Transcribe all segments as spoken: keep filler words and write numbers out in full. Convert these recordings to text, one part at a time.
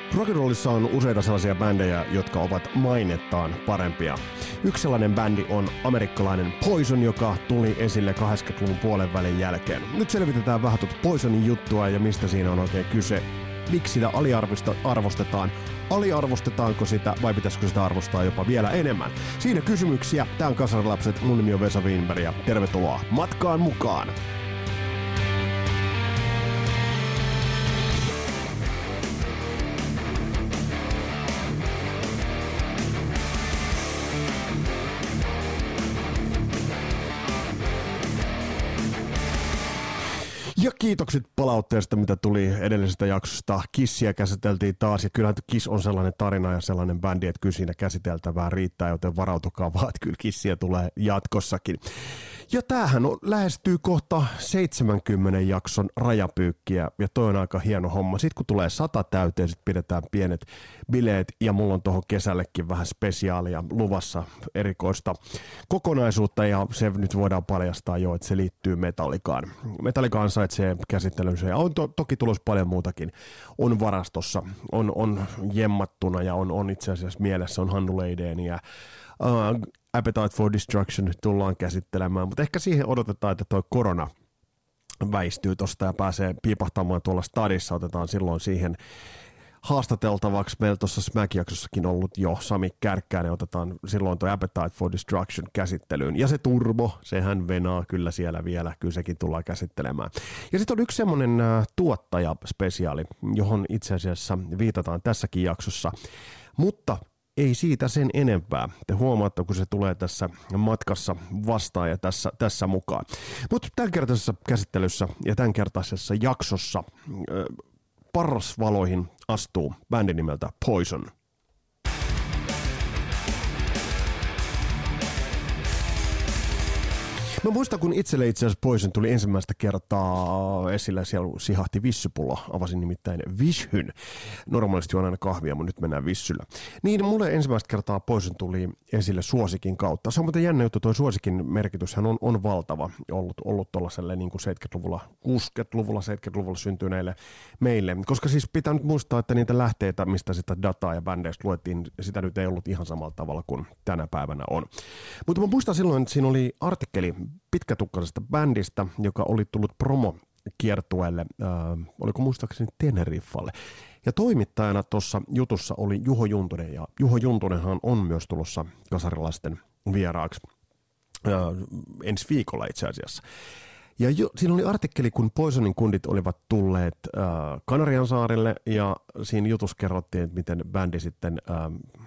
Rock'n'rollissa on useita sellaisia bändejä, jotka ovat mainettaan parempia. Yksi sellainen bändi on amerikkalainen Poison, joka tuli esille kahdeksankymmentäluvun puolen välin jälkeen. Nyt selvitetään vähän tuota Poisonin juttua ja mistä siinä on oikein kyse. Miksi sitä aliarvostetaan? Aliarvostetaanko sitä vai pitäisikö sitä arvostaa jopa vielä enemmän? Siinä kysymyksiä. Tää on Kasarilapset. Mun nimi on Vesa Wienberg ja tervetuloa matkaan mukaan! Ja kiitokset palautteesta, mitä tuli edellisestä jaksosta. Kissiä käsiteltiin taas, ja kyllähän Kiss on sellainen tarina ja sellainen bändi, että kyllä siinä käsiteltävää riittää, joten varautukaa vaan, että kyllä Kissiä tulee jatkossakin. Ja tämähän on, lähestyy kohta seitsemänkymmenen jakson rajapyykkiä, ja toi on aika hieno homma. Sitten kun tulee sata täyteen, sitten pidetään pienet bileet, ja mulla on tuohon kesällekin vähän spesiaalia luvassa erikoista kokonaisuutta, ja se nyt voidaan paljastaa jo, että se liittyy Metallicaan. Metallica ansaitsee käsittelynsä, ja on to, toki tulossa paljon muutakin. On varastossa, on, on jemmattuna, ja on, on itse asiassa mielessä, on Hannu Leideen, ja uh, Appetite for Destruction tullaan käsittelemään, mutta ehkä siihen odotetaan, että tuo korona väistyy tuosta ja pääsee piipahtamaan tuolla stadissa. Otetaan silloin siihen haastateltavaksi. Meillä tuossa Smack-jaksossakin ollut jo Sami Kärkkäinen. Otetaan silloin tuo Appetite for Destruction käsittelyyn. Ja se Turbo, sehän venaa kyllä siellä vielä. Kyllä sekin tullaan käsittelemään. Ja sitten on yksi semmoinen äh, tuottajaspesiaali, johon itse asiassa viitataan tässäkin jaksossa. Mutta ei siitä sen enempää. Te huomaatte, kun se tulee tässä matkassa vastaan ja tässä, tässä mukaan. Mutta tämänkertaisessa käsittelyssä ja tämänkertaisessa jaksossa äh, parrasvaloihin astuu bändi nimeltä Poison. Mä muistan, kun itselle itse asiassa Poison tuli ensimmäistä kertaa esille, siellä sihahti vissypulla, avasin nimittäin Vishyn. Normaalisti on aina kahvia, mutta nyt mennään vissyllä. Niin, mulle ensimmäistä kertaa Poison tuli esille Suosikin kautta. Se on muuten jännä juttu, toi Suosikin merkityshän on, on valtava ollut, ollut tuollaiselle niin kuin seitsemänkymmentäluvulla, kuusikymmentäluvulla, seitsemänkymmentäluvulla syntyneille meille. Koska siis pitää nyt muistaa, että niitä lähteitä, mistä sitä dataa ja bändeistä luettiin, sitä nyt ei ollut ihan samalla tavalla kuin tänä päivänä on. Mutta mä muistan silloin, että siinä oli artikkeli pitkätukkaisesta bändistä, joka oli tullut promokiertueelle, äh, oliko muistaakseni Teneriffalle. Ja toimittajana tuossa jutussa oli Juho Juntunen, ja Juho Juntunenhan on myös tulossa Kasarilaisten vieraaksi äh, ensi viikolla itse asiassa. Ja jo, siinä oli artikkeli, kun Poisonin kundit olivat tulleet äh, Kanarian saarille, ja siinä jutussa kerrottiin, että miten bändi sitten äh,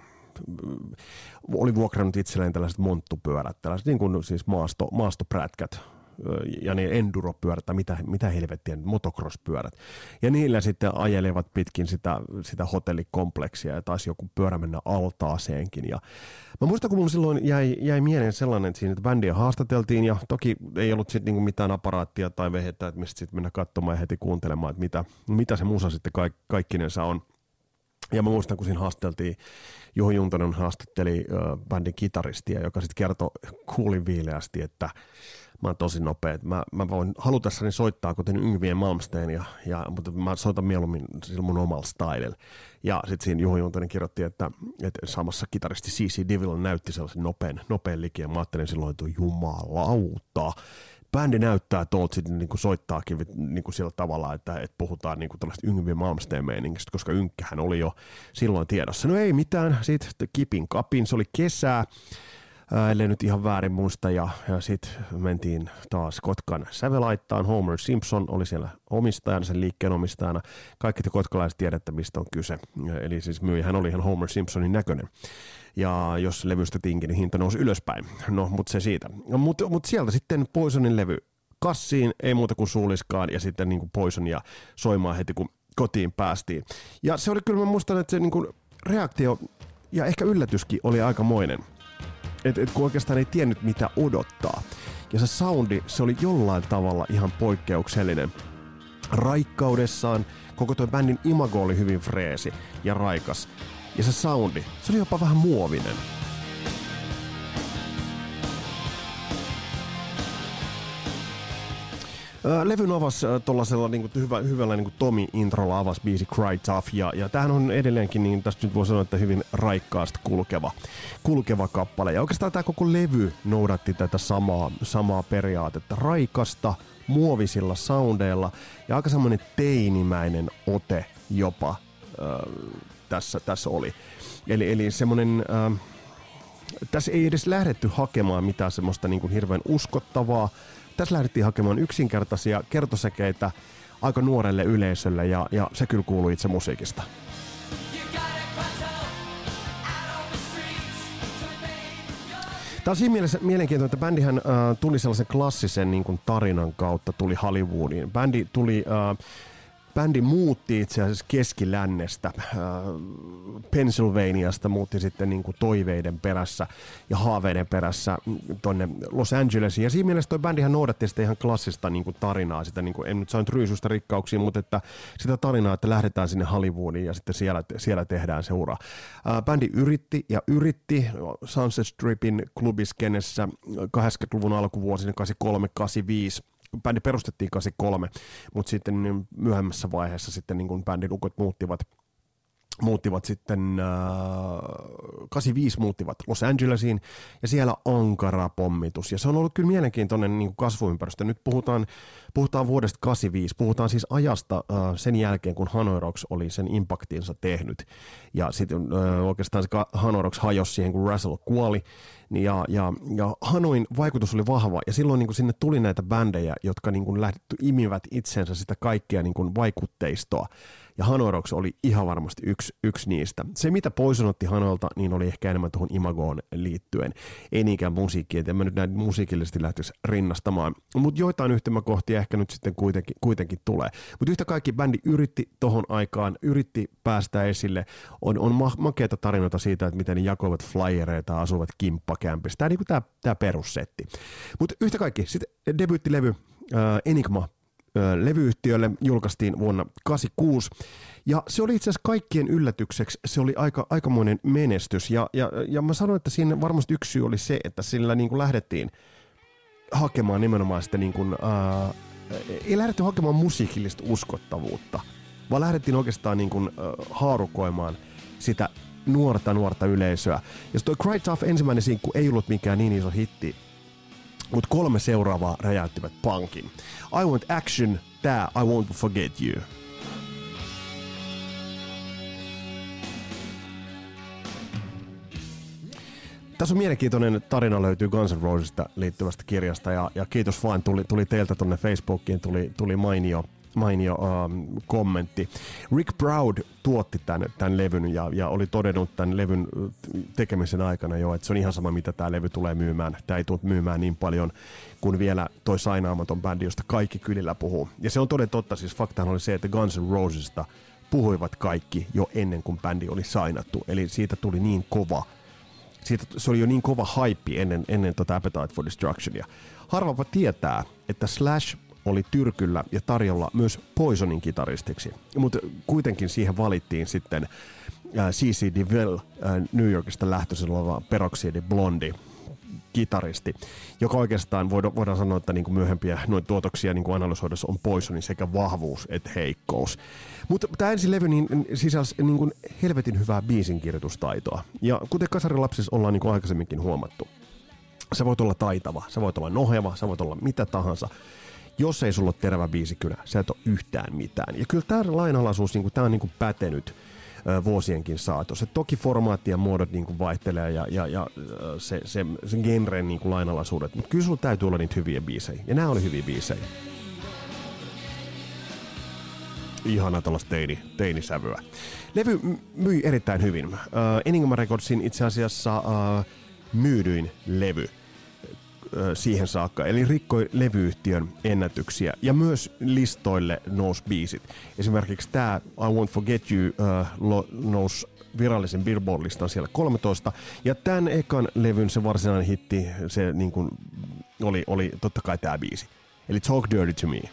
oli vuokrannut itselleen tällaiset monttupyörät, tällaiset niin kuin siis maasto, maastoprätkät ja niin enduropyörät, mitä, mitä helvettiä, motocross-pyörät. Ja niillä sitten ajelevat pitkin sitä, sitä hotellikompleksia ja taisi joku pyörä mennä altaaseenkin. Ja mä muistan, kun mulla silloin jäi, jäi mieleen sellainen, että siinä että bändiä haastateltiin ja toki ei ollut sitten niinku mitään aparaattia tai vehettä, että mistä sitten mennä katsomaan ja heti kuuntelemaan, että mitä, mitä se musa sitten kaik, kaikkinensa on. Ja mä muistan, kun siinä haasteltiin, Juho Juntonen haastatteli ö, bändin kitaristia, joka sitten kertoi kuulin viileästi, että mä oon tosi nopea. Mä, mä voin halutessani soittaa, kuten Yngvien Malmsteen, ja, ja, mutta mä soitan mieluummin sillä mun omalla stylella. Ja sitten siinä Juho Juntonen kirjoitti, että, että samassa kitaristi C C Devil näytti sellaisen nopean, nopean liikin, ja mä ajattelin silloin, että jumalauta. Bändi näyttää tuolta sitten niin kuin soittaakin niin kuin sillä tavalla, että, että puhutaan niin kuin tällaista Yngvien Malmsteen meiningistä, koska Ynkkähän oli jo silloin tiedossa. No ei mitään, sitten kipin kapin, se oli kesää, ää, ellei nyt ihan väärin muista, ja, ja sitten mentiin taas Kotkan sävelaittaan. Homer Simpson oli siellä omistajana, sen liikkeen omistajana. Kaikki te kotkalaiset tiedätte, mistä on kyse. Eli siis myyjähän oli ihan Homer Simpsonin näköinen. Ja jos levystä tinkin, niin hinta nousi ylöspäin. No, mutta se siitä. No, mutta mut sieltä sitten Poisonin levy kassiin, ei muuta kuin suuliskaan, ja sitten niin kuin Poisonia soimaan heti, kun kotiin päästiin. Ja se oli kyllä, mä muistan, että se niin kuin reaktio ja ehkä yllätyskin oli aikamoinen. Että et kun oikeastaan ei tiennyt, mitä odottaa. Ja se soundi, se oli jollain tavalla ihan poikkeuksellinen. Raikkaudessaan koko tuo bändin imago oli hyvin freesi ja raikas. Ja se soundi, se oli jopa vähän muovinen. Levyn avasi tuollaisella niin hyvä, hyvällä niin Tommy-introlla avasi biisi Cry Tough, ja, ja tämähän on edelleenkin, niin tästä nyt voi sanoa, että hyvin raikkaasti kulkeva, kulkeva kappale. Ja oikeastaan tämä koko levy noudatti tätä samaa, samaa periaatetta, raikasta, muovisilla soundeilla ja aika semmoinen teinimäinen ote jopa äh, tässä, tässä oli. Eli, eli semmoinen... Äh, Tässä ei edes lähdetty hakemaan mitään semmoista niin kuin hirveän uskottavaa. Tässä lähdettiin hakemaan yksinkertaisia kertosäkeitä aika nuorelle yleisölle, ja, ja se kyllä kuuluu itse musiikista. Tämä on siinä mielessä mielenkiintoinen, että bändihän äh, tuli sellaisen klassisen niin kuin tarinan kautta, tuli Hollywoodiin. Bändi tuli... Äh, Bändi muutti itse asiassa Keskilännestä, äh, Pennsylvaniasta, muutti sitten niin kuin toiveiden perässä ja haaveiden perässä tonne Los Angelesiin. Ja siinä mielessä toi bändihän noudatti sitä ihan klassista niin kuin tarinaa, sitä niin kuin, en nyt saanut ryysystä rikkauksiin, mutta että sitä tarinaa, että lähdetään sinne Hollywoodiin ja sitten siellä, siellä tehdään se ura. Äh, bändi yritti ja yritti Sunset Stripin klubiskenessä kahdeksankymmentäluvun alkuvuosina kahdeksankymmentäkolme kahdeksankymmentäviisi. Bändi perustettiin kahdeksankymmentäkolme, mutta sitten myöhemmässä vaiheessa sitten niin kuin bändin ukot muuttivat, muuttivat sitten äh, kahdeksankymmentäviisi muuttivat Los Angelesiin, ja siellä ankara pommitus. Ja se on ollut kyllä mielenkiintoinen niin kuin kasvuympäristö. Nyt puhutaan, puhutaan vuodesta kahdeksankymmentäviisi, puhutaan siis ajasta äh, sen jälkeen, kun Hanoi Rocks oli sen impaktinsa tehnyt. Ja sitten äh, oikeastaan se Hanoi Rocks hajosi siihen, kun Russell kuoli. Ja, ja, ja Hanoin vaikutus oli vahva, ja silloin niin kuin sinne tuli näitä bändejä, jotka niin kuin lähdetty, imivät itsensä sitä kaikkea niin kuin vaikutteistoa. Ja Hanoi Rocks oli ihan varmasti yksi, yksi niistä. Se, mitä Poison otti Hanoilta, niin oli ehkä enemmän tuohon imagoon liittyen. Ei niinkään musiikkiin, että en mä nyt näin musiikillisesti lähtisi rinnastamaan. Mutta joitain yhtymäkohtia ehkä nyt sitten kuitenkin, kuitenkin tulee. Mutta yhtä kaikki bändi yritti tohon aikaan, yritti päästä esille. On, on ma- makeita tarinoita siitä, että miten ne jakoivat flyereita, asuvat kimppakämpissä. Tämä on niin tämä perussetti. Mutta yhtä kaikki, sitten debyyttilevy äh, Enigma. Levyyhtiölle julkaistiin vuonna kahdeksankymmentäkuusi, ja se oli itse asiassa kaikkien yllätykseksi, se oli aika, aikamoinen menestys, ja, ja, ja mä sanoin, että siinä varmasti yksi syy oli se, että sillä niin kuin lähdettiin hakemaan nimenomaan sitä, niin kuin, ää, ei lähdetty hakemaan musiikillista uskottavuutta, vaan lähdettiin oikeastaan niin kuin, ää, haarukoimaan sitä nuorta nuorta yleisöä. Ja toi Cry Tough ensimmäinen sinkku ei ollut mikään niin iso hitti, mutta kolme seuraavaa räjäyttivät punkin. I Want Action, tää I Won't Forget You. Tässä on mielenkiintoinen tarina, löytyy Guns N' Rosesista liittyvästä kirjasta, ja, ja kiitos vaan, tuli, tuli teiltä tuonne Facebookiin, tuli, tuli mainio, mainio um, kommentti. Rick Proud tuotti tämän, tämän levyn ja, ja oli todennut tämän levyn tekemisen aikana jo, että se on ihan sama, mitä tämä levy tulee myymään. Tämä ei tule myymään niin paljon kuin vielä toi sainaamaton bändi, josta kaikki kylillä puhuu. Ja se on toden totta, siis faktahan oli se, että Guns N' Rosesista puhuivat kaikki jo ennen kuin bändi oli sainattu. Eli siitä tuli niin kova, siitä, se oli jo niin kova hype ennen, ennen tota Appetite for Destructionia. Harvapa tietää, että Slash oli tyrkyllä ja tarjolla myös Poisonin kitaristiksi, mutta kuitenkin siihen valittiin sitten äh, C C DeVille, äh, New Yorkista lähtöisin oleva Peroxide Blondie kitaristi, joka oikeastaan voidaan, voidaan sanoa, että niin kuin myöhempiä noin tuotoksia niin kuin analysoidessa on Poisonin sekä vahvuus että heikkous. Mutta tämä ensi levy niin sisälsi niin kuin helvetin hyvää biisinkirjoitustaitoa, ja kuten Kasarilapsissa ollaan niin kuin aikaisemminkin huomattu, sä voit olla taitava, sä voit olla noheva, sä voit olla mitä tahansa. Jos ei sulla ole terävä biisikynä, sä et ole yhtään mitään. Ja kyllä tämä lainalaisuus, niin tämä on niin kuin pätenyt ö, vuosienkin saatossa. Toki formaatti ja muodot niin kuin vaihtelee ja, ja, ja se, se, se genren niin kuin lainalaisuudet, mutta kyllä sulla täytyy olla niitä hyviä biisejä. Ja nämä oli hyviä biisejä. Ihana tällaista teini, teinisävyä. Levy myi erittäin hyvin. Uh, Enigma Recordsin itse asiassa uh, myydyin levy siihen saakka, eli rikkoi levyyhtiön ennätyksiä, ja myös listoille nousi biisit. Esimerkiksi tämä I Won't Forget You uh, nousi virallisen Billboard-listan siellä kolmetoista, ja tämän ekan levyn se varsinainen hitti, se niin kuin oli, oli totta kai tämä biisi, eli Talk Dirty to Me.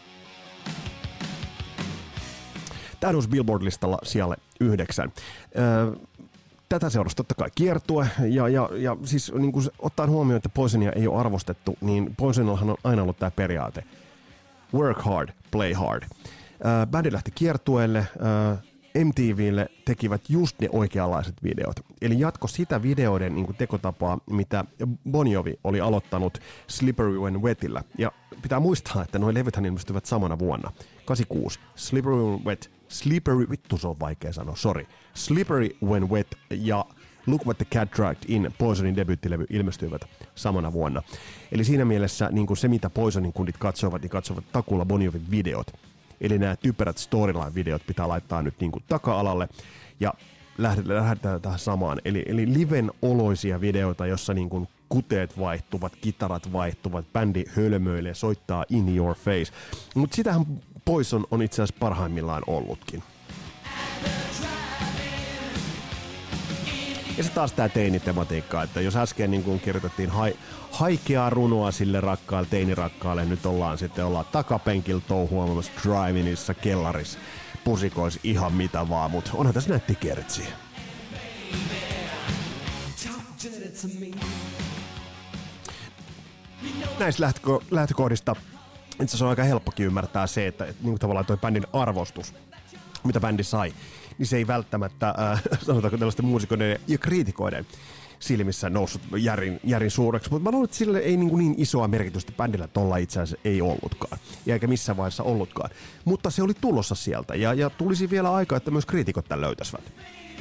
Tämä nousi Billboard-listalla sijalle yhdeksän. Uh, Tätä seurasi totta kai kiertue, ja, ja, ja siis niin kuin ottaen huomioon, että Poisonia ei ole arvostettu, niin Poisonillahan on aina ollut tämä periaate. Work Hard, Play Hard. Äh, bändi lähti kiertueelle, äh, M T V:lle tekivät just ne oikeanlaiset videot. Eli jatko sitä videoiden niin kuin tekotapaa, mitä Bon Jovi oli aloittanut Slippery When Wetillä. Ja pitää muistaa, että nuo levythän ilmestyvät samana vuonna. kahdeksankymmentäkuusi. Slippery When Wet. Slippery, vittu se on vaikea sanoa, sorry. Slippery When Wet ja Look What the Cat Dragged In, Poisonin debyyttilevy, ilmestyivät samana vuonna. Eli siinä mielessä niin kuin se, mitä Poisonin kundit katsoivat, niin katsovat takuulla Bon Jovin videot. Eli nämä typerät storyline-videot pitää laittaa nyt niin kuin taka-alalle ja lähdetään tähän samaan. Eli, eli liven oloisia videoita, jossa niin kuin kuteet vaihtuvat, kitarat vaihtuvat, bändi hölmöilee, soittaa in your face. Mutta sitähän Poison on itse asiassa parhaimmillaan ollutkin. Ja se taas tää teinitematiikka, että jos äsken niin kun kirjoitettiin hai, haikeaa runoa sille rakkaalle teinirakkaalle, nyt ollaan sitten ollaan takapenkillä touhuamassa drive-inissa, kellarissa, pusikois ihan mitä vaan, mutta onhan tässä nätti kertsiä. Näistä lähtöko- lähtökohdista itse asiassa on aika helppokin ymmärtää se, että, että niin tavallaan toi bändin arvostus, mitä bändi sai, niin se ei välttämättä, äh, sanotaanko tällaisten muusikoiden ja kriitikoiden silmissä noussut järin, järin suureksi, mutta mä luulen, että sille ei niin, niin isoa merkitystä bändillä tolla itse asiassa ei ollutkaan, ja eikä missään vaiheessa ollutkaan. Mutta se oli tulossa sieltä, ja, ja tulisi vielä aikaa, että myös kriitikot tämän löytäisivät.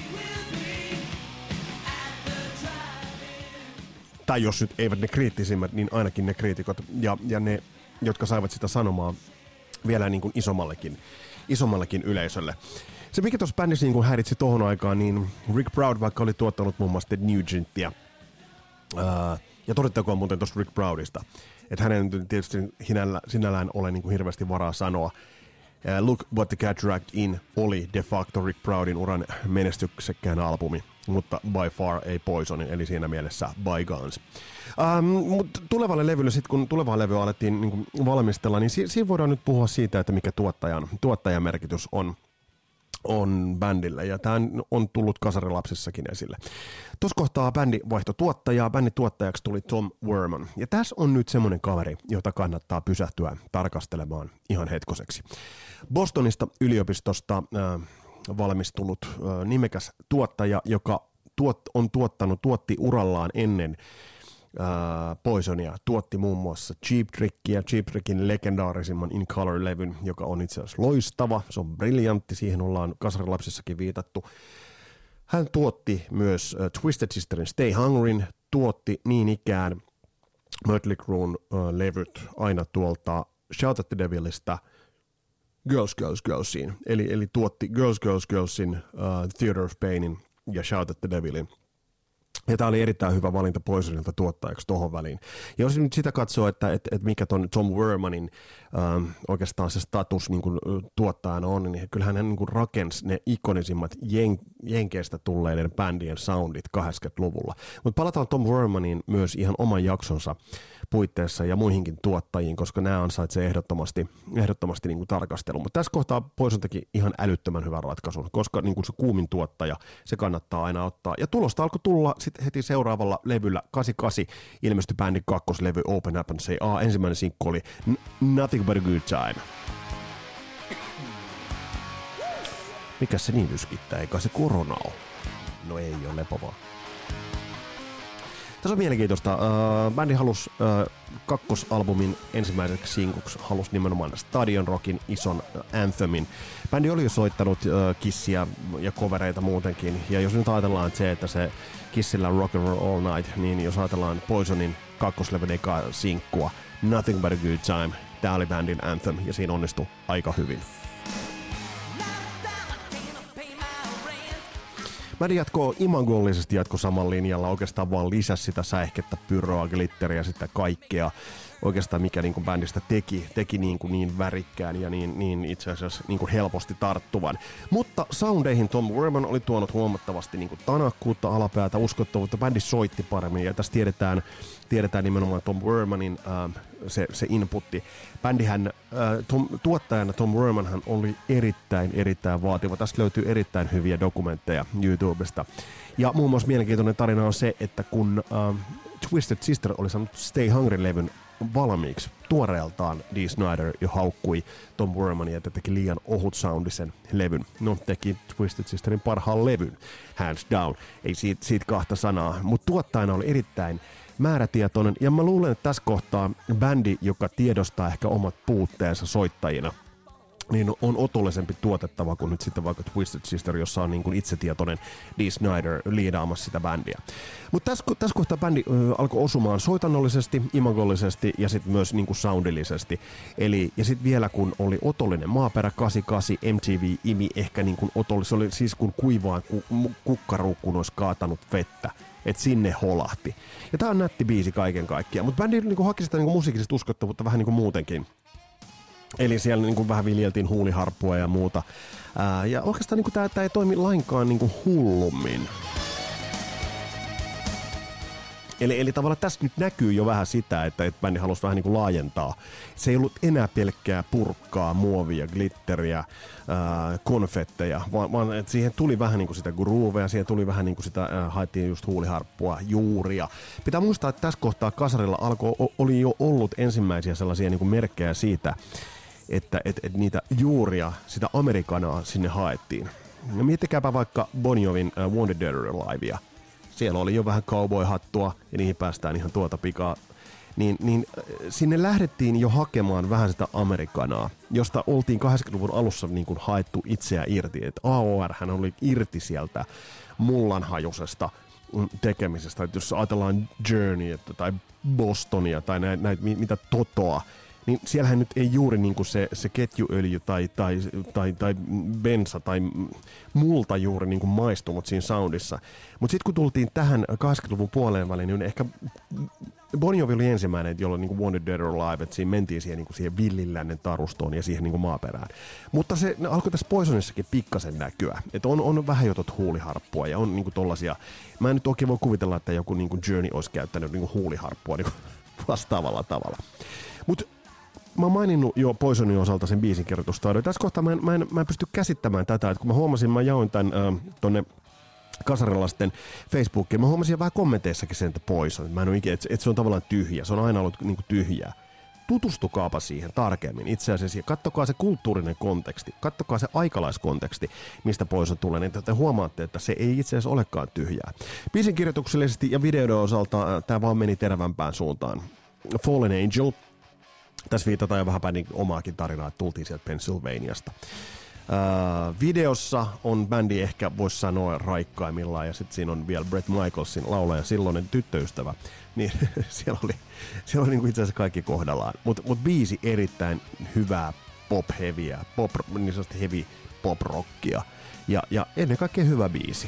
Tai jos nyt eivät ne kriittisimmät, niin ainakin ne kriitikot, ja, ja ne, jotka saivat sitä sanomaa vielä niin kuin isommallekin, isommallekin yleisölle. Se mikä tuossa bändissä niin häiritsi tohon aikaan, niin Rick Proud vaikka oli tuottanut muun muassa Ted Nugentia. Ää, ja todettakoon muuten tuosta Rick Proudista, että hänen tietysti hinällä, sinällään ole niin kuin hirveästi varaa sanoa. Ää, Look What the Cat Dragged In oli de facto Rick Proudin uran menestyksekkään albumi, mutta by far ei Poisonin, eli siinä mielessä Bygones. Ähm, mutta tulevalle levylle, sit kun tulevaa levyä alettiin niin kuin valmistella, niin si- siinä voidaan nyt puhua siitä, että mikä tuottajan, tuottajan merkitys on. on bändillä, ja tämä on tullut kasarilapsissakin esille. Tuossa kohtaa bändi vaihtoi tuottajaa, bändin tuottajaksi tuli Tom Werman, ja tässä on nyt semmoinen kaveri, jota kannattaa pysähtyä tarkastelemaan ihan hetkoseksi. Bostonista yliopistosta äh, valmistunut äh, nimekäs tuottaja, joka tuot, on tuottanut, tuotti urallaan ennen Uh, Poisonia, tuotti muun muassa Cheap Trickia, Cheap Trickin legendaarisimman In Color-levyn, joka on itse asiassa loistava, se on briljantti, siihen ollaan kasarilapsissakin viitattu. Hän tuotti myös uh, Twisted Sisterin Stay Hungryn, tuotti niin ikään Mötley Cruen uh, levyt aina tuolta Shout at the Devilistä Girls, Girls, Girlsiin, eli, eli tuotti Girls, Girls, Girlsin, uh, Theater of Painin ja Shout at the Devilin. Ja tämä oli erittäin hyvä valinta Poisonilta tuottajaksi tohon väliin. Ja jos nyt sitä katsoo, että, että, että mikä ton Tom Wermanin ähm, oikeastaan se status niin kuin, tuottajana on, niin kyllähän hän niin kuin rakensi ne ikonisimmat jen, jenkeistä tulleiden bändien soundit kahdeksankymmentäluvulla. Mutta palataan Tom Wermanin myös ihan oman jaksonsa puitteissa ja muihinkin tuottajiin, koska nämä ansaitsee ehdottomasti, ehdottomasti niin kuin tarkastelun. Mutta tässä kohtaa Poison teki ihan älyttömän hyvän ratkaisun, koska niin kuin se kuumin tuottaja, se kannattaa aina ottaa. Ja tulosta alkoi tulla sitten heti seuraavalla levyllä, kahdeksankymmentäkahdeksan, ilmestyi bändin kakkoslevy Open Up and Say A. Ensimmäinen sinkku oli Nothing But a Good Time. Mikäs se niin yskittää? Eikä se korona ole? No ei ole, lepovaa. Tässä on mielenkiintoista. Uh, bändi halusi uh, kakkosalbumin ensimmäiseksi sinkuksi, halusi nimenomaan Stadion Rockin ison anthemin. Bändi oli jo soittanut uh, Kissiä ja covereita muutenkin, ja jos nyt ajatellaan se, että se Kissillä Rock and Roll All Night, niin jos ajatellaan Poisonin kakkoslevyn ekaa sinkkua, Nothing But a Good Time, tää oli bändin anthem, ja siinä onnistui aika hyvin. Bändi jatkoo imagollisesti jatko saman linjalla, oikeastaan vaan lisäsi sitä säihkettä, pyroa, glitteriä, sitä kaikkea. Oikeastaan mikä niin kuin bändistä teki, teki niin, kuin niin värikkään ja niin, niin itse asiassa niin kuin helposti tarttuvan. Mutta soundeihin Tom Werman oli tuonut huomattavasti niin kuin tanakkuutta, alapäätä, uskottavuutta. Bändi soitti paremmin ja tässä tiedetään, tiedetään nimenomaan Tom Wermanin äh, se, se inputti. Bändihän, äh, Tom, tuottajana Tom Wermanhan oli erittäin, erittäin vaativa. Tästä löytyy erittäin hyviä dokumentteja YouTubesta. Ja muun muassa mielenkiintoinen tarina on se, että kun äh, Twisted Sister oli saanut Stay Hungry-levyn valmiiksi. Tuoreeltaan Dee Snider jo haukkui Tom Wermania, että teki liian ohut soundisen levyn. No, teki Twisted Sisterin parhaan levyn, hands down. Ei siitä, siitä kahta sanaa, mutta tuottajana oli erittäin määrätietoinen. Ja mä luulen, että tässä kohtaa bändi, joka tiedostaa ehkä omat puutteensa soittajina, niin on otollisempi tuotettava kuin nyt sitten vaikka Twisted Sister, jossa on niin kuin itsetietoinen Dee Snider liidaamassa sitä bändiä. Mutta tässä, tässä kohtaa bändi ö, alkoi osumaan soitannollisesti, imagollisesti ja sitten myös niin kuin soundillisesti. Eli, ja sitten vielä kun oli otollinen maaperä, kahdeksankymmentäkahdeksan M T V imi ehkä niin kuin otollinen, se oli siis kun kuivaan ku, kukkaruukkuun olisi kaatanut vettä. Että sinne holahti. Ja tää on nätti biisi kaiken kaikkiaan. Mutta bändi niin kuin haki sitä niin kuin musiikillista uskottavuutta vähän niin kuin muutenkin. Eli siellä niin kuin vähän viljeltiin huuliharppua ja muuta. Ää, ja oikeastaan niin kuin tää, tää ei toimi lainkaan niin kuin hullummin. Eli, eli tavallaan tässä nyt näkyy jo vähän sitä, että, että bändi halusi vähän niin kuin laajentaa. Se ei ollut enää pelkkää purkkaa, muovia, glitteriä, ää, konfetteja, vaan, vaan että siihen tuli vähän niin kuin sitä groovea, siihen tuli vähän niin kuin sitä, ää, haettiin just huuliharppua, juuria. Pitää muistaa, että tässä kohtaa kasarilla alkoi, oli jo ollut ensimmäisiä sellaisia niin kuin merkkejä siitä, että et, et niitä juuria, sitä amerikanaa sinne haettiin. Ja miettikääpä vaikka Bon Jovin uh, Wanted Dead or Alivea. Siellä oli jo vähän cowboy-hattua ja niihin päästään ihan tuota pikaa. Niin, niin sinne lähdettiin jo hakemaan vähän sitä amerikanaa, josta oltiin kahdeksankymmentäluvun alussa niin kuin haettu itseä irti. Että A O R hän oli irti sieltä mullanhajusesta tekemisestä. Että jos ajatellaan Journey tai Bostonia tai näitä, näitä mitä Totoa, niin siellähän nyt ei juuri niinku se, se ketjuöljy tai, tai, tai, tai bensa tai multa juuri niinku maistunut siinä soundissa. Mutta sitten kun tultiin tähän kahdeksankymmentäluvun puoleen väliin, niin ehkä Bon Jovi oli ensimmäinen, jolla niinku Wanted Dead or Alive, että siinä mentiin siihen, niinku siihen villilännen tarustoon ja siihen niinku maaperään. Mutta se alkoi tässä Poisonissakin pikkasen näkyä. Että on, on vähän jo tot huuliharppua ja on niinku tollasia. Mä en nyt oikein voi kuvitella, että joku niinku Journey olisi käyttänyt niinku huuliharppua niinku vastaavalla tavalla. Mutta mä oon maininnut jo Poisonin osalta sen biisin kirjoitustaidon. Tässä kohtaa mä en, mä, en, mä en pysty käsittämään tätä, että kun mä huomasin, mä jaoin tän äh, tonne kasarilaisten Facebookiin, mä huomasin vähän kommenteissakin sen, että Poison, mä en ole ikinä, että, että se on tavallaan tyhjä, se on aina ollut niin kuin tyhjää. Tutustukaapa siihen tarkemmin itse asiassa ja kattokaa se kulttuurinen konteksti, kattokaa se aikalaiskonteksti, mistä Poison tulee, niin te huomaatte, että se ei itse asiassa olekaan tyhjää. Biisin kirjoituksellisesti ja videoiden osalta äh, tää vaan meni terävämpään suuntaan. Fallen Angel. Tässä viitataan jo vähän bändin omaakin tarinaa, että tultiin sieltä Pennsylvaniasta. Uh, videossa on bändi ehkä, voisi sanoa, raikkaimmillaan, ja sitten siinä on vielä Bret Michaelsin laulaja, silloinen tyttöystävä. Niin siellä oli, siellä oli niinku itse asiassa kaikki kohdallaan. Mutta mut biisi erittäin hyvää pop-heviä, pop, niin sanotusti heavy pop-rockia. Ja, ja ennen kaikkea hyvä biisi.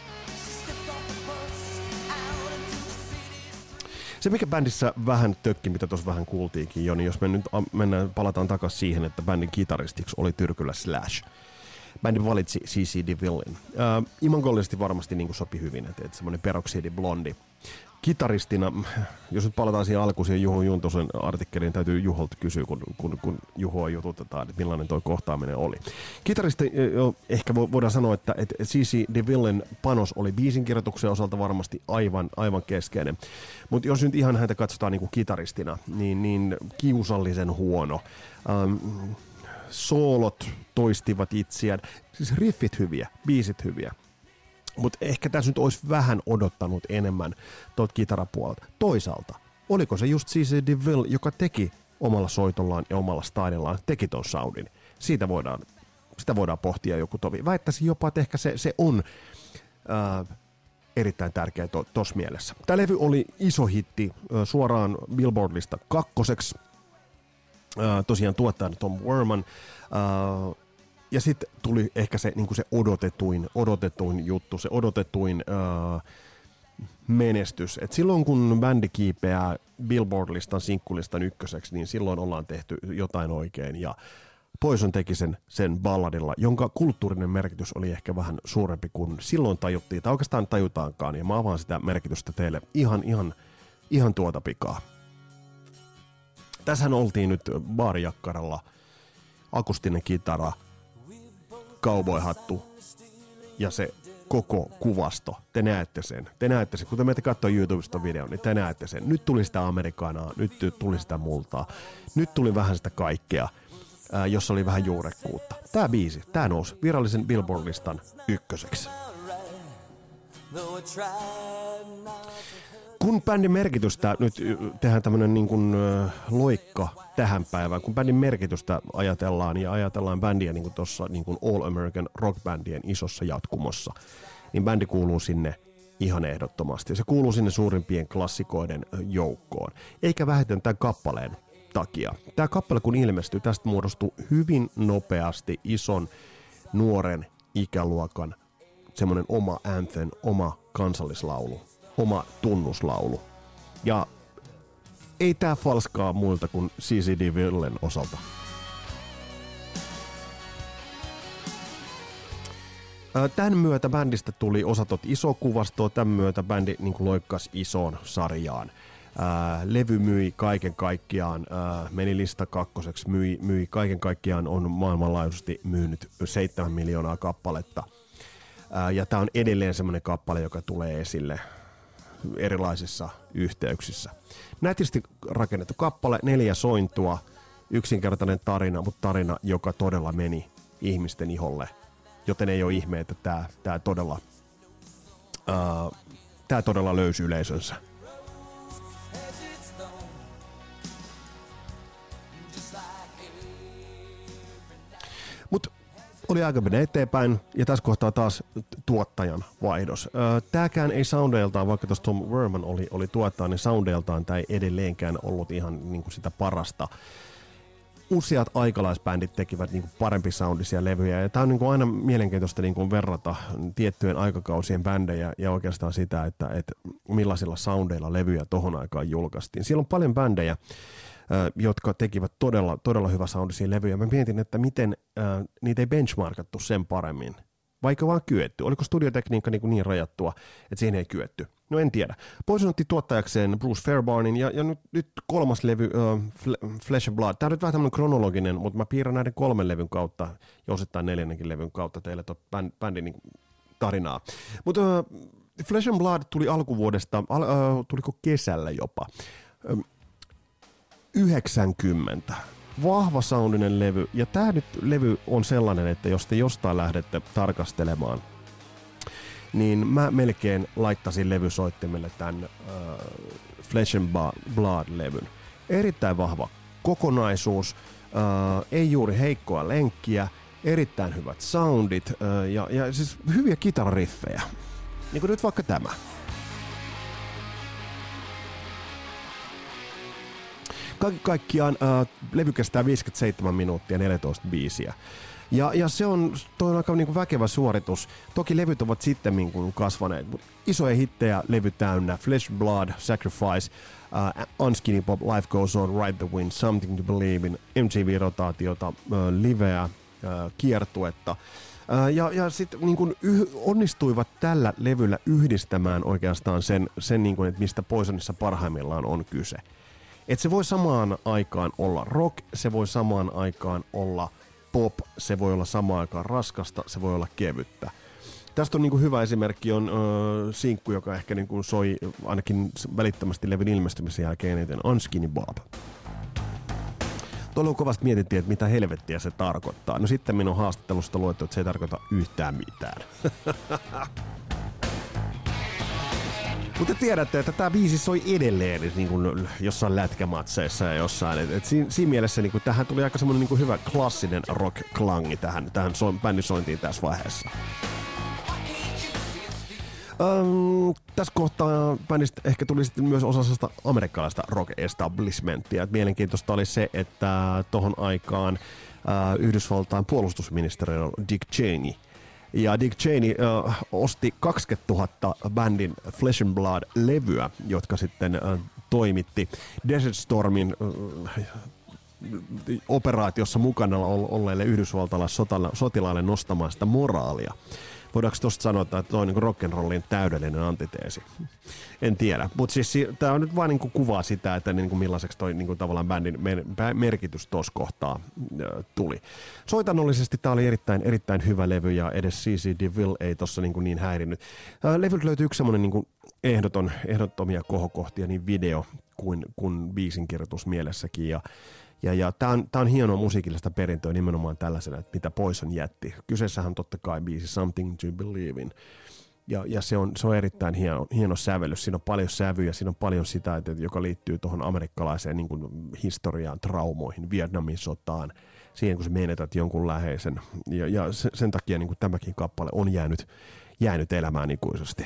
Se, mikä bändissä vähän tökki, mitä tuossa vähän kuultiinkin jo, niin jos me nyt mennään, palataan takaisin siihen, että bändin kitaristiksi oli tyrkyllä Slash. Bändi valitsi C C DeVillin. Äh, imagollisesti varmasti niin kuin sopi hyvin, että, että semmoinen peroksidi-blondi. Kitaristina, jos nyt palataan siihen alkuun siihen Juho Juntosen artikkeliin, täytyy Juholta kysyä, kun, kun, kun Juhoa jututetaan, että millainen toi kohtaaminen oli. Kitaristi, ehkä voidaan sanoa, että, että C C DeVillin panos oli biisin kirjoituksen osalta varmasti aivan, aivan keskeinen. Mutta jos nyt ihan häntä katsotaan niin kuin kitaristina, niin, niin kiusallisen huono. Ähm, soolot toistivat itseään, siis riffit hyviä, biisit hyviä. Mutta ehkä tässä nyt olisi vähän odottanut enemmän tuolta kitarapuolelta. Toisaalta, oliko se just C C DeVille, joka teki omalla soitollaan ja omalla stylillaan, teki ton soundin? Siitä voidaan, sitä voidaan pohtia joku tovi. Väittäisin jopa, että ehkä se, se on ää, erittäin tärkeä tuossa mielessä. Tämä levy oli iso hitti ää, suoraan Billboard-lista kakkoseksi. Ää, tosiaan tuottajana Tom Werman. Ää, Ja sitten tuli ehkä se, niin se odotetuin, odotetuin juttu, se odotetuin uh, menestys. Et silloin kun bändi kiipeää Billboard-listan, sinkkulistan ykköseksi, niin silloin ollaan tehty jotain oikein. Ja Poison teki sen, sen balladilla, jonka kulttuurinen merkitys oli ehkä vähän suurempi kuin silloin tajuttiin, tai oikeastaan tajutaankaan. Ja mä avaan sitä merkitystä teille ihan, ihan, ihan tuota pikaa. Tässähän oltiin nyt baarijakkaralla, akustinen kitara, cowboy-hattu ja se koko kuvasto. Te näette sen. Te näette sen. Kun te menette katsoa YouTubesta videon, niin te näette sen. Nyt tuli sitä amerikanaa, nyt tuli sitä multaa. Nyt tuli vähän sitä kaikkea, ää, jossa oli vähän juurekkuutta. Tää biisi, tää nousi virallisen Billboard-listan ykköseksi. Kun bändin merkitystä, nyt tehdään tämmönen niin kuin loikka tähän päivään, kun bändin merkitystä ajatellaan ja ajatellaan bändiä niin kuin tuossa niin kuin All American Rock-bändien isossa jatkumossa, niin bändi kuuluu sinne ihan ehdottomasti. Se kuuluu sinne suurimpien klassikoiden joukkoon, eikä vähiten tämän kappaleen takia. Tämä kappale kun ilmestyi, tästä muodostui hyvin nopeasti ison nuoren ikäluokan semmoinen oma anthem, oma kansallislaulu, oma tunnuslaulu. Ja ei tää falskaa muilta kuin C C D Villen osalta. Tämän myötä bändistä tuli osatot iso kuvastoa, tämän myötä bändi niin kuin loikkasi isoon sarjaan. Ää, levy myi kaiken kaikkiaan, ää, meni lista kakkoseksi, myi, myi kaiken kaikkiaan, on maailmanlaajuisesti myynyt seitsemän miljoonaa kappaletta. Ää, ja tämä on edelleen semmoinen kappale, joka tulee esille erilaisissa yhteyksissä. Nätisti rakennettu kappale, neljä sointua, yksinkertainen tarina, mutta tarina, joka todella meni ihmisten iholle. Joten ei ole ihme, että tämä, tämä, todella, ää, tämä todella löysi yleisönsä. Mutta oli aika mennä eteenpäin, ja tässä kohtaa taas tuottajan vaihdos. Tääkään ei soundeiltaan, vaikka tuossa Tom Werman oli, oli tuottaja, niin soundeiltaan tämä ei edelleenkään ollut ihan niin kuin sitä parasta. Useat aikalaisbändit tekivät niin kuin parempi soundisia levyjä, ja tämä on niin kuin aina mielenkiintoista niin kuin verrata tiettyjen aikakausien bändejä ja oikeastaan sitä, että, että millaisilla soundeilla levyjä tohon aikaan julkaistiin. Siellä on paljon bändejä, jotka tekivät todella, todella hyvä soundisia levyjä. Mä mietin, että miten äh, niitä ei benchmarkattu sen paremmin. Vaikka vaan kyetty. Oliko studiotekniikka niin, niin rajattua, että siihen ei kyetty? No en tiedä. Poison otti tuottajakseen Bruce Fairbairnin ja, ja nyt, nyt kolmas levy, uh, Flesh and Blood. Tämä on nyt vähän tämmöinen kronologinen, mutta mä piirrän näiden kolmen levyn kautta ja osittain neljännenkin levyn kautta teille tuon bändin niin tarinaa. Mutta uh, Flesh and Blood tuli alkuvuodesta, al, uh, tuliko kesällä jopa, uh, yhdeksänkymmentä. Vahva soundinen levy, ja tää nyt levy on sellainen, että jos te jostain lähdette tarkastelemaan, niin mä melkein laittaisin levysoittimelle tämän uh, Flesh and Blood-levyn. Erittäin vahva kokonaisuus, uh, ei juuri heikkoa lenkkiä, erittäin hyvät soundit uh, ja, ja siis hyviä kitarariffejä. Niin kuin nyt vaikka tämä. Kaikki kaikkiaan äh, levy kestää viisikymmentäseitsemän minuuttia neljätoista biisiä. Ja, ja se on, toi on aika niin kuin väkevä suoritus. Toki levyt ovat sitten niin kuin kasvaneet, mutta isoja hittejä levy täynnä. Flesh, Blood, Sacrifice, uh, Unskinny Pop, Life Goes On, Ride the Wind, Something to Believe in, M T V-rotaatiota, uh, liveä, uh, kiertuetta. Uh, ja ja sitten niin kuin yh, onnistuivat tällä levyllä yhdistämään oikeastaan sen, sen niin kuin, että mistä Poisonissa parhaimmillaan on kyse. Et se voi samaan aikaan olla rock, se voi samaan aikaan olla pop, se voi olla samaan aikaan raskasta, se voi olla kevyttä. Tästä on niinku hyvä esimerkki on uh, sinkku, joka ehkä niinku soi ainakin välittömästi levyn ilmestymisen jälkeen eniten, Unskinny Bob. Tuolla kovasti mietittiin, että mitä helvettiä se tarkoittaa. No sitten minun haastattelusta luettu, että se ei tarkoita yhtään mitään. Mutta tiedätte, että tämä biisi soi edelleen niin kuin jossain lätkämatseissa ja jossain. Et, et siinä, siinä mielessä niin kuin, tähän tuli aika semmoinen niin kuin hyvä klassinen rock-klangi tähän, tähän so, bändisointiin tässä vaiheessa. Um, tässä kohtaa bändistä ehkä tuli sitten myös osa amerikkalaista rock-establishmenttia. Et mielenkiintoista oli se, että tohon aikaan uh, Yhdysvaltain puolustusministeri on Dick Cheney. Ja Dick Cheney uh, osti kaksikymmentätuhatta bändin Flesh and Blood-levyä, jotka sitten uh, toimitti Desert Stormin uh, operaatiossa mukana olleille yhdysvaltalaisille sotilaille nostamaan sitä moraalia. Voidaanko tuosta sanoa, että tuo on niin rock'n'rollin täydellinen antiteesi? En tiedä, mutta siis tämä on nyt vaan niin kuin kuvaa sitä, että niin kuin millaiseksi toi niin kuin tavallaan bändin merkitys tuossa kohtaa äh, tuli. Soitannollisesti tämä oli erittäin, erittäin hyvä levy ja edes C C DeVille ei tuossa niin, niin häirinnyt. Äh, levyltä löytyy yksi semmoinen niin kuin ehdoton, ehdottomia kohokohtia, niin video kuin, kuin biisinkirjoitus mielessäkin ja Ja, ja tämä on, on hienoa musiikillista perintöä nimenomaan tällaisena, että mitä Poison jätti. Kyseessähän totta kai biisi Something to Believe in. Ja, ja se, on, se on erittäin hieno, hieno sävellys. Siinä on paljon sävyjä, siinä on paljon sitä, että, joka liittyy tuohon amerikkalaiseen niin kuin historiaan, traumoihin, Vietnamin sotaan, siihen kun sä menetät jonkun läheisen. Ja, ja sen, sen takia niin kuin tämäkin kappale on jäänyt, jäänyt elämään ikuisesti.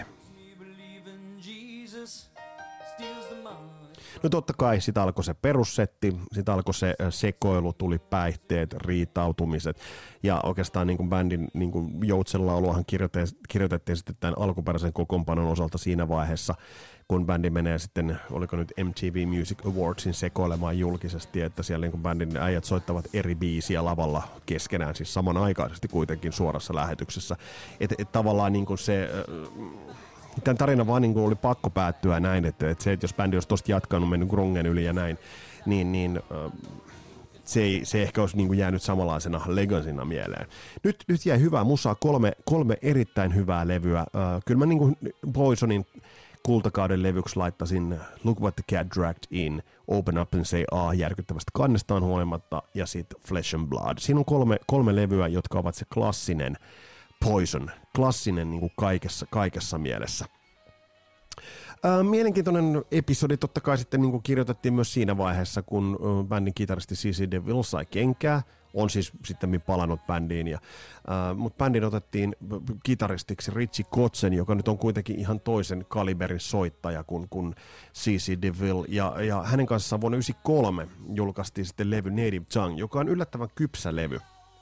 No totta kai sitä alkoi se perussetti, sitä alkoi se sekoilu, tuli päihteet, riitautumiset ja oikeastaan niin kuin bändin niin kuin joutsenlauluahan kirjoitettiin, kirjoitettiin sitten tämän alkuperäisen kokoonpanon osalta siinä vaiheessa, kun bändi menee sitten, oliko nyt M T V Music Awardsin sekoilemaan julkisesti, että siellä niin kuin bändin äijät soittavat eri biisiä lavalla keskenään, siis samanaikaisesti kuitenkin suorassa lähetyksessä. Että et tavallaan niin kuin se... Tämän tarinan vaan niin oli pakko päättyä näin, että, että se, että jos bändi olisi tosta jatkanut, mennyt grungen yli ja näin, niin, niin se, ei, se ehkä olisi niin kuin jäänyt samanlaisena legacina mieleen. Nyt, nyt jäi hyvää musaa, kolme, kolme erittäin hyvää levyä. Uh, kyllä mä niin kuin Poisonin kultakauden levyksi laittaisin Look What the Cat Dragged In, Open Up and Say Ah järkyttävästä kannestaan huolimatta ja sitten Flesh and Blood. Siinä on kolme, kolme levyä, jotka ovat se klassinen Poison, klassinen niin kuin kaikessa, kaikessa mielessä. Ää, mielenkiintoinen episodi totta kai sitten niin kuin kirjoitettiin myös siinä vaiheessa, kun ä, bändin kitaristi C C DeVille sai kenkää. On siis sitten palannut bändiin, ja, ää, mutta bändiin otettiin kitaristiksi Richie Kotzen, joka nyt on kuitenkin ihan toisen kaliberin soittaja kuin, kuin C C DeVille. Ja, ja hänen kanssaan vuonna yhdeksänkymmentäkolme julkaistiin sitten levy Native Tongue, joka on yllättävän kypsä levy.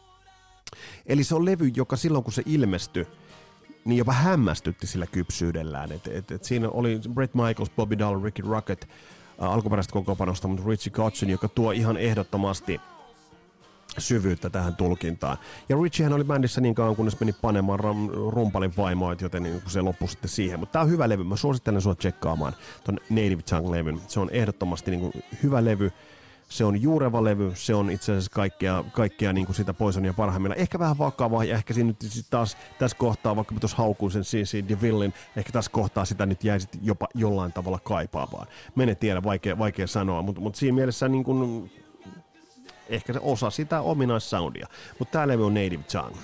Eli se on levy, joka silloin kun se ilmestyi, niin jopa hämmästytti sillä kypsyydellään. Et, et, et siinä oli Bret Michaels, Bobby Dahl, Ricky Rocket äh, alkuperäisestä kokoonpanosta, mutta Richie Kotzen, joka tuo ihan ehdottomasti syvyyttä tähän tulkintaan. Ja Richiehän oli bändissä niin kauan, kunnes meni panemaan ram, rumpalin vaimoa, joten niin se loppui sitten siihen. Mutta tää on hyvä levy. Mä suosittelen sua tsekkaamaan ton Native Tongue-levyn. Se on ehdottomasti niin kuin hyvä levy. Se on juureva levy, se on itse asiassa kaikkea, kaikkea niin kuin sitä Poisonia parhaimmillaan. Ehkä vähän vakavaa ja ehkä siinä nyt taas tässä kohtaa, vaikka mä tuossa haukuin sen C C DeVillin, ehkä tässä kohtaa sitä nyt jäi sitten jopa jollain tavalla kaipaavaan. Mene tiedä, vaikea, vaikea sanoa, mutta mut siinä mielessä niin kuin, ehkä se osa sitä ominaissoundia. Mutta tää levy on Native Tongue.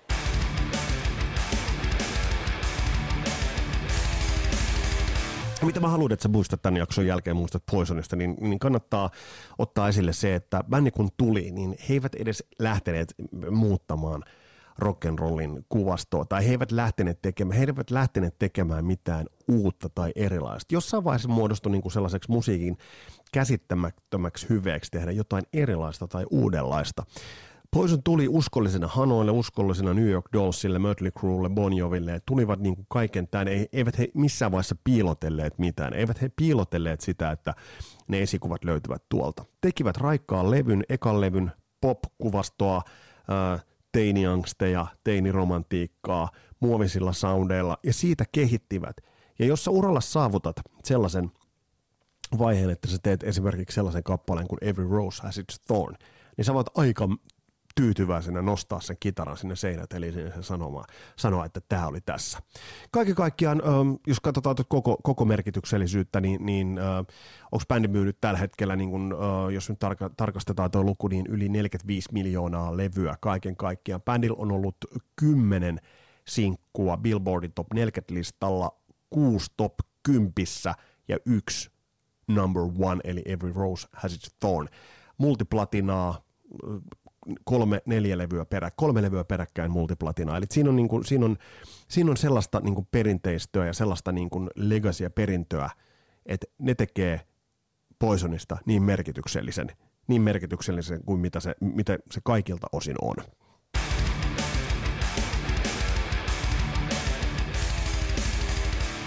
Mitä mä haluan, että sä muistat tämän jakson jälkeen, muistat Poisonista, niin, niin kannattaa ottaa esille se, että bändi kun tuli, niin he eivät edes lähteneet muuttamaan rock'n'rollin kuvastoa, tai he eivät lähteneet tekemään, he eivät lähteneet tekemään mitään uutta tai erilaista. Jossain vaiheessa muodostui niin kuin sellaiseksi musiikin käsittämättömäksi hyveeksi tehdä jotain erilaista tai uudenlaista. Poison tuli uskollisena Hanoille, uskollisena New York Dollsille, Mötley Cruelle, Bon Joville, tulivat niin kuin kaiken tämän, eivät he missään vaiheessa piilotelleet mitään, eivät he piilotelleet sitä, että ne esikuvat löytyvät tuolta. Tekivät raikkaan levyn, ekan levyn, pop-kuvastoa, ää, teiniangsteja, teiniromantiikkaa, muovisilla soundeilla, ja siitä kehittivät. Ja jos sä uralla saavutat sellaisen vaiheen, että sä teet esimerkiksi sellaisen kappaleen kuin Every Rose Has Its Thorn, niin sä voit aika tyytyväisenä nostaa sen kitaran sinne seinät, eli sen sanomaan, sanoa, että tämä oli tässä. Kaiken kaikkiaan, jos katsotaan koko, koko merkityksellisyyttä, niin, niin onko bändi myynyt tällä hetkellä, niin kun, jos nyt tarka, tarkastetaan tuo luku, niin yli neljäkymmentäviisi miljoonaa levyä kaiken kaikkiaan. Bändillä on ollut kymmenen sinkkua Billboardin top neljäkymmentä-listalla, kuusi top kympissä ja yksi number one, eli Every Rose Has Its Thorn. Multiplatinaa, kolme, neljä levyä perä, kolme levyä peräkkäin multiplatinaa. Eli siinä on, niin kuin, siinä on, siinä on sellaista niin kuin perinteistöä ja sellaista niin kuin legacy- perintöä, että ne tekee Poisonista niin merkityksellisen, niin merkityksellisen kuin mitä se, mitä se kaikilta osin on.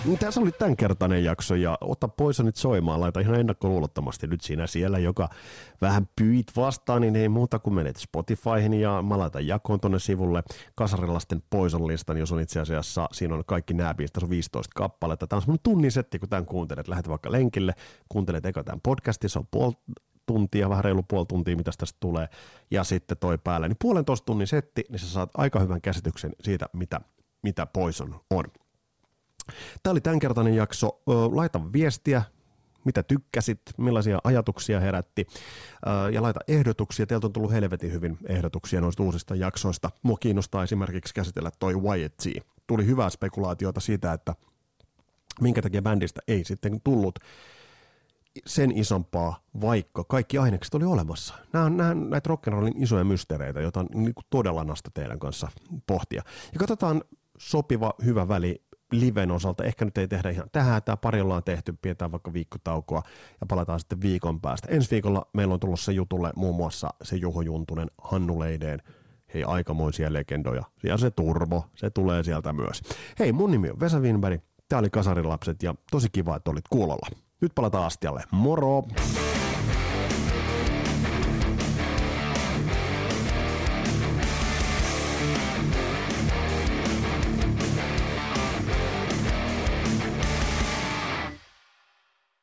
Tässä oli tämänkertainen jakso ja ota Poisonit soimaan, laita ihan ennakkoluulottomasti nyt siinä siellä, joka vähän pyyit vastaan, niin ei muuta kuin menet Spotifyhin ja mä laitan jakoon tonne sivulle Kasarilasten Poison-listan, jos on itse asiassa, siinä on kaikki nämä biisit, tässä on viisitoista kappaletta. Tämä on semmoinen tunnin setti, kun tämän kuuntelet, lähdet vaikka lenkille, kuuntelet eka tämän podcastin, se on puoli tuntia, vähän reilu puoli tuntia, mitä tästä tulee, ja sitten toi päälle, niin puolentoista tunnin setti, niin sä saat aika hyvän käsityksen siitä, mitä, mitä Poison on. Tämä oli tämänkertainen jakso. Laita viestiä, mitä tykkäsit, millaisia ajatuksia herätti ja laita ehdotuksia. Teiltä on tullut helvetin hyvin ehdotuksia noista uusista jaksoista. Mua kiinnostaa esimerkiksi käsitellä toi Y T. Tuli hyvää spekulaatiota siitä, että minkä takia bändistä ei sitten tullut sen isompaa, vaikka kaikki ainekset oli olemassa. Nämä on, nämä on näitä rock'n'rollin isoja mysteereitä, joita on niin kuin todella nasta teidän kanssa pohtia. Ja katsotaan sopiva, hyvä väli liven osalta. Ehkä nyt ei tehdä ihan tähän, tämä pari ollaan tehty, pidetään vaikka viikkotaukoa ja palataan sitten viikon päästä. Ensi viikolla meillä on tulossa jutulle muun muassa se Juho Juntunen, Hannu Leideen, hei aikamoisia legendoja. Ja se Turbo, se tulee sieltä myös. Hei, mun nimi on Vesa Winberg, tää oli Kasarilapset ja tosi kiva, että olit kuulolla. Nyt palataan astialle. Moro!